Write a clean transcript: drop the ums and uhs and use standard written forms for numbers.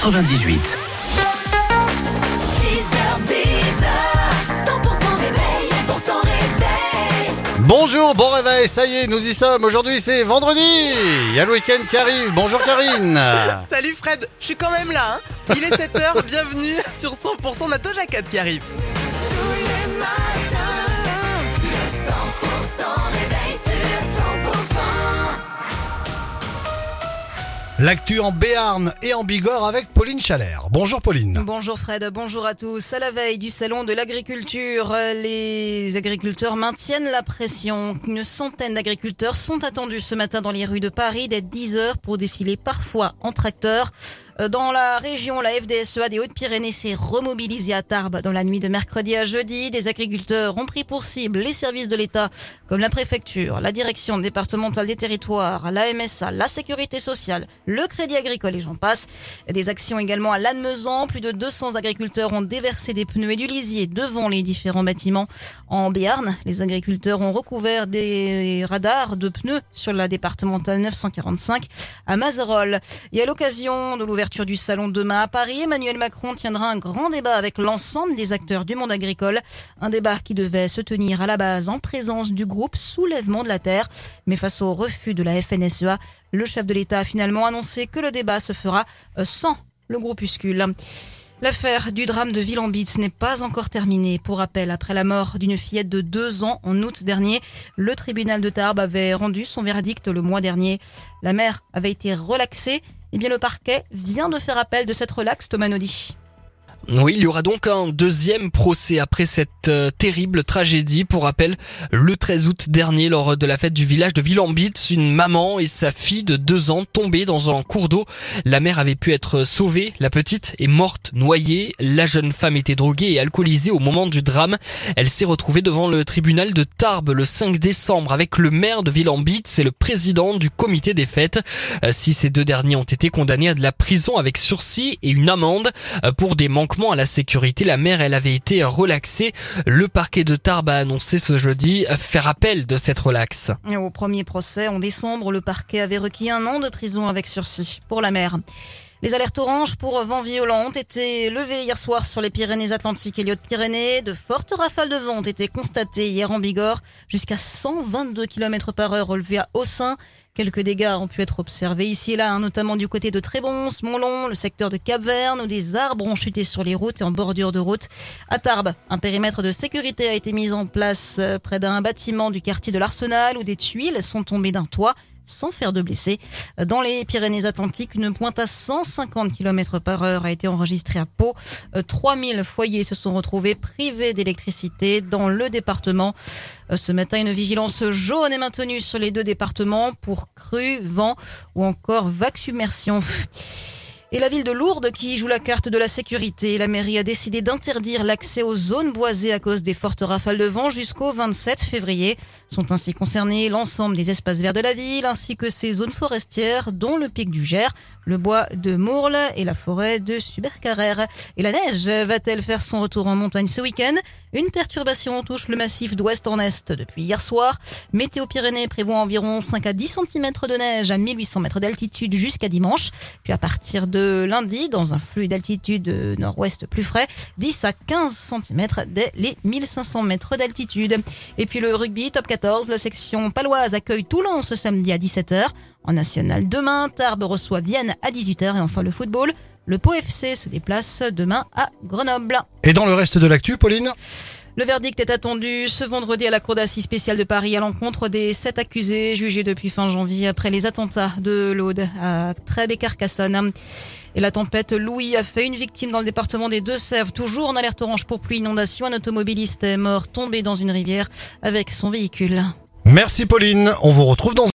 98. Bonjour, bon réveil, ça y est, nous y sommes. Aujourd'hui, c'est vendredi. Il y a le week-end qui arrive. Bonjour Karine. Salut Fred, je suis quand même là. Il est 7h, bienvenue sur 100%. On a Doja Cat qui arrive. L'actu en Béarn et en Bigorre avec Pauline Chalère. Bonjour Pauline. Bonjour Fred, bonjour à tous. À la veille du salon de l'agriculture, les agriculteurs maintiennent la pression. Une centaine d'agriculteurs sont attendus ce matin dans les rues de Paris dès 10h pour défiler parfois en tracteur. Dans la région, la FDSEA des Hautes-Pyrénées s'est remobilisée à Tarbes dans la nuit de mercredi à jeudi. Des agriculteurs ont pris pour cible les services de l'État comme la préfecture, la direction départementale des territoires, la MSA, la sécurité sociale, le crédit agricole et j'en passe. Des actions également à Lannemezan. Plus de 200 agriculteurs ont déversé des pneus et du lisier devant les différents bâtiments. En Béarn, les agriculteurs ont recouvert des radars de pneus sur la départementale 945 à Mazerolles. Et à l'occasion de l'ouverture du salon demain à Paris, Emmanuel Macron tiendra un grand débat avec l'ensemble des acteurs du monde agricole. Un débat qui devait se tenir à la base en présence du groupe Soulèvement de la Terre. Mais face au refus de la FNSEA, le chef de l'État a finalement annoncé que le débat se fera sans le groupuscule. L'affaire du drame de Villambitz n'est pas encore terminée. Pour rappel, après la mort d'une fillette de 2 ans en août dernier, le tribunal de Tarbes avait rendu son verdict le mois dernier. La mère avait été relaxée. Eh bien, le parquet vient de faire appel de cette relaxe, Thomas Naudy. Oui, il y aura donc un deuxième procès après cette terrible tragédie. Pour rappel, le 13 août dernier, lors de la fête du village de Villambitz, une maman et sa fille de 2 ans tombaient dans un cours d'eau. La mère avait pu être sauvée, la petite est morte noyée. La jeune femme était droguée et alcoolisée au moment du drame. Elle s'est retrouvée devant le tribunal de Tarbes le 5 décembre avec le maire de Villambitz et le président du comité des fêtes. Si ces deux derniers ont été condamnés à de la prison avec sursis et une amende pour des manquements à la sécurité, la mère, elle avait été relaxée. Le parquet de Tarbes a annoncé ce jeudi faire appel de cette relaxe. Au premier procès, en décembre, le parquet avait requis 1 an de prison avec sursis pour la mère. Les alertes oranges pour vent violent ont été levées hier soir sur les Pyrénées-Atlantiques et les Hautes-Pyrénées. De fortes rafales de vent ont été constatées hier en Bigorre, jusqu'à 122 km/h relevées à Haussin. Quelques dégâts ont pu être observés ici et là, notamment du côté de Trébons, Montlon, le secteur de Cap-Verne, où des arbres ont chuté sur les routes et en bordure de route. À Tarbes, un périmètre de sécurité a été mis en place près d'un bâtiment du quartier de l'Arsenal, où des tuiles sont tombées d'un toit, sans faire de blessés. Dans les Pyrénées-Atlantiques, une pointe à 150 km/h a été enregistrée à Pau. 3000 foyers se sont retrouvés privés d'électricité dans le département. Ce matin, une vigilance jaune est maintenue sur les 2 départements pour crues, vent ou encore vagues submersion. Et la ville de Lourdes qui joue la carte de la sécurité. La mairie a décidé d'interdire l'accès aux zones boisées à cause des fortes rafales de vent jusqu'au 27 février. Sont ainsi concernés l'ensemble des espaces verts de la ville ainsi que ces zones forestières dont le pic du Gers, le bois de Mourles et la forêt de Subercarrère. Et la neige va-t-elle faire son retour en montagne ce week-end ? Une perturbation touche le massif d'ouest en est depuis hier soir. Météo Pyrénées prévoit environ 5 à 10 cm de neige à 1800 mètres d'altitude jusqu'à dimanche. Puis à partir de lundi, dans un flux d'altitude nord-ouest plus frais, 10 à 15 cm dès les 1500 mètres d'altitude. Et puis le rugby top 14, la section paloise accueille Toulon ce samedi à 17h. En national demain, Tarbes reçoit Vienne à 18h. Et enfin le football, le Pau FC se déplace demain à Grenoble. Et dans le reste de l'actu, Pauline ? Le verdict est attendu ce vendredi à la Cour d'assises spéciale de Paris à l'encontre des 7 accusés jugés depuis fin janvier après les attentats de l'Aude à Trèbes et Carcassonne. Et la tempête Louis a fait une victime dans le département des Deux-Sèvres, toujours en alerte orange pour pluie inondation. Un automobiliste est mort tombé dans une rivière avec son véhicule. Merci Pauline, on vous retrouve dans